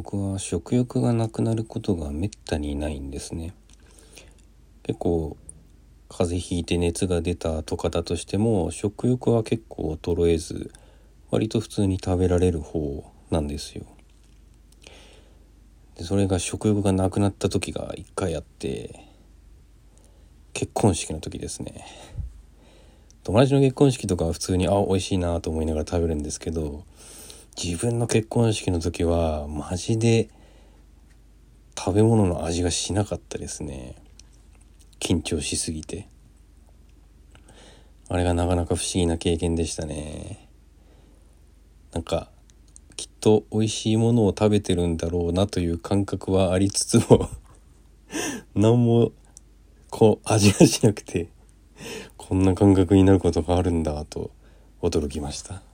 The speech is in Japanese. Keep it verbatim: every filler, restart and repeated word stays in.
僕は食欲がなくなることがめったにないんですね。結構風邪ひいて熱が出たとかだとしても食欲は結構衰えず、割と普通に食べられる方なんですよ。でそれが食欲がなくなった時が一回あって、結婚式の時ですね。友達の結婚式とかは普通にあ美味しいなと思いながら食べるんですけど、自分の結婚式の時はマジで食べ物の味がしなかったですね。緊張しすぎて。あれがなかなか不思議な経験でしたね。なんかきっと美味しいものを食べてるんだろうなという感覚はありつつも何もこう味がしなくて、こんな感覚になることがあるんだと驚きました。